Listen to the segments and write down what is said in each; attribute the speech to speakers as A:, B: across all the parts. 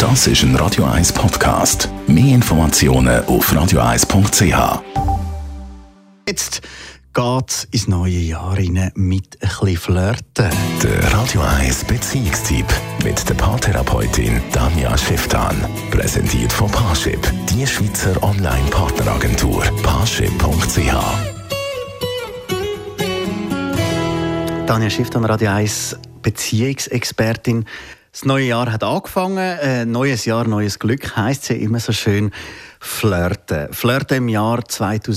A: Das ist ein Radio 1 Podcast. Mehr Informationen auf radio1.ch.
B: Jetzt geht's ins neue Jahr rein mit ein bisschen Flirten.
A: Der Radio 1 Beziehungstyp mit der Paartherapeutin Danja Schifftan. Präsentiert von Parship, die Schweizer Online-Partneragentur. Parship.ch.
B: Danja Schifftan, Radio 1 Beziehungsexpertin. Das neue Jahr hat angefangen. Neues Jahr, neues Glück heisst es ja immer so schön. Flirten. Flirten im Jahr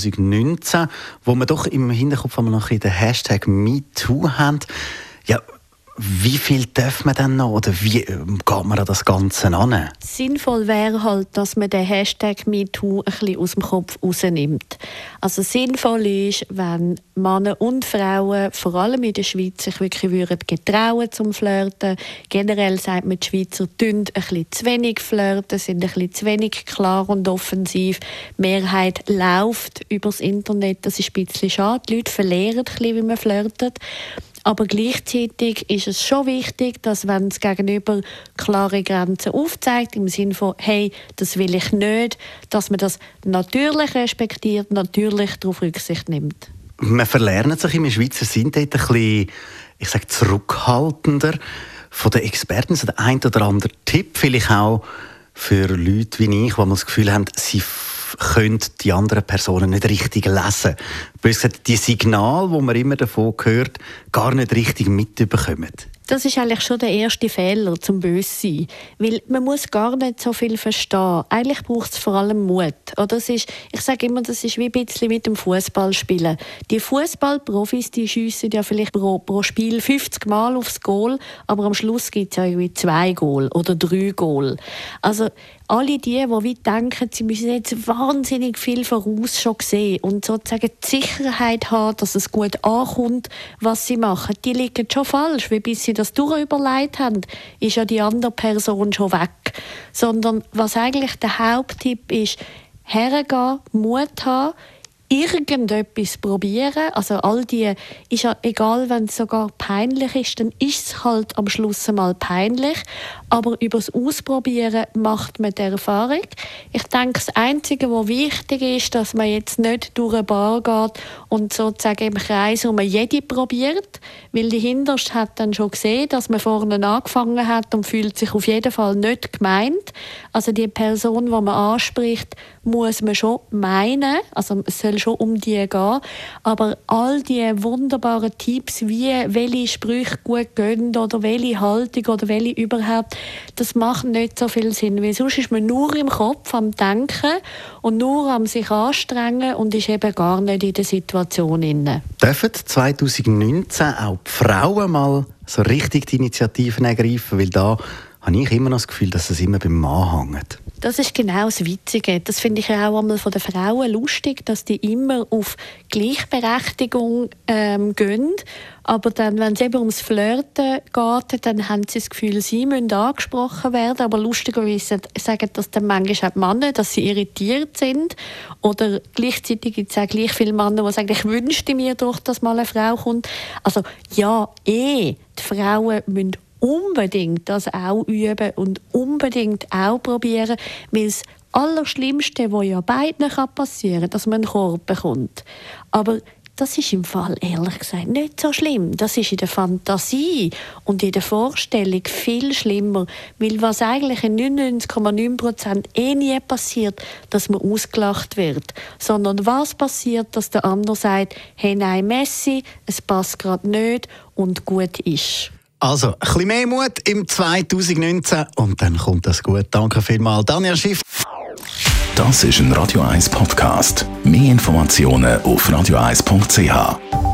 B: 2019, wo wir doch im Hinterkopf noch den Hashtag MeToo haben. Ja, wie viel darf man denn noch? Oder wie geht man an das Ganze an?
C: Sinnvoll wäre halt, dass man den Hashtag MeToo ein bisschen aus dem Kopf rausnimmt. Also sinnvoll ist, wenn Männer und Frauen, vor allem in der Schweiz, sich wirklich getrauen zum Flirten. Generell sagt man, die Schweizer tun ein bisschen zu wenig flirten, sind ein bisschen zu wenig klar und offensiv. Die Mehrheit läuft übers Internet, das ist ein bisschen schade. Die Leute verlieren ein bisschen, wie man flirtet. Aber gleichzeitig ist es schon wichtig, dass, wenn das Gegenüber klare Grenzen aufzeigt, im Sinne von «Hey, das will ich nicht», dass man das natürlich respektiert, natürlich darauf Rücksicht nimmt.
B: Man verlernt sich im Schweizer sind dort ein bisschen, ich sage, zurückhaltender. Von den Experten so der ein oder andere Tipp, vielleicht auch für Leute wie ich, die das Gefühl haben, sie können die anderen Personen nicht richtig lesen. Bös gesagt, die Signale, die man immer davon hört, gar nicht richtig mitbekommen.
C: Das ist eigentlich schon der erste Fehler zum Bössein. Weil man muss gar nicht so viel verstehen. Eigentlich braucht es vor allem Mut. Oder ich sage immer, das ist wie ein bisschen mit dem Fußballspielen. Die Fußballprofis, die schiessen ja vielleicht pro Spiel 50 Mal aufs Goal, aber am Schluss gibt es ja irgendwie 2 Goal oder 3 Goal. Also alle die wie denken, sie müssen jetzt wahnsinnig viel voraus schon sehen und sozusagen die Sicherheit haben, dass es gut ankommt, was sie machen, die liegen schon falsch, weil bis sie das durchüberlegt haben, ist ja die andere Person schon weg. Sondern was eigentlich der Haupttipp ist, hergehen, Mut haben, irgendetwas probieren. Also all die, ist ja egal, wenn es sogar peinlich ist, dann ist es halt am Schluss mal peinlich. Aber über das Ausprobieren macht man die Erfahrung. Ich denke, das Einzige, was wichtig ist, dass man jetzt nicht durch eine Bar geht und sozusagen im Kreis um jede probiert. Weil die Hinterste hat dann schon gesehen, dass man vorne angefangen hat und fühlt sich auf jeden Fall nicht gemeint. Also die Person, die man anspricht, muss man schon meinen. Also es soll schon um die gehen. Aber all die wunderbaren Tipps, wie welche Sprüche gut gehen oder welche Haltung oder welche überhaupt, das macht nicht so viel Sinn. Weil sonst ist man nur im Kopf am Denken und nur am sich anstrengen und ist eben gar nicht in der Situation inne.
B: Dürfen 2019 auch die Frauen mal so richtig die Initiativen ergreifen? Weil da habe ich immer noch das Gefühl, dass es immer beim Mann hängt.
C: Das ist genau das Witzige. Das finde ich auch einmal von den Frauen lustig, dass die immer auf Gleichberechtigung gehen. Aber dann, wenn es eben ums Flirten geht, dann haben sie das Gefühl, sie müssen angesprochen werden. Aber lustigerweise sagen das dann manchmal auch die Männer, dass sie irritiert sind. Oder gleichzeitig gibt es auch gleich viele Männer, die sagen, ich wünschte mir doch, dass mal eine Frau kommt. Also ja, die Frauen müssen unbedingt das auch üben und unbedingt auch probieren, weil das Allerschlimmste, was ja beiden passieren kann, dass man einen Korb bekommt. Aber das ist im Fall, ehrlich gesagt, nicht so schlimm. Das ist in der Fantasie und in der Vorstellung viel schlimmer, weil was eigentlich in 99,9% nie passiert, dass man ausgelacht wird, sondern was passiert, dass der andere sagt, hey, nein, Messi, es passt gerade nicht und gut ist.
B: Also, ein bisschen mehr Mut im 2019 und dann kommt das gut. Danke vielmals, Danja Schiff.
A: Das ist ein Radio 1 Podcast. Mehr Informationen auf radio1.ch.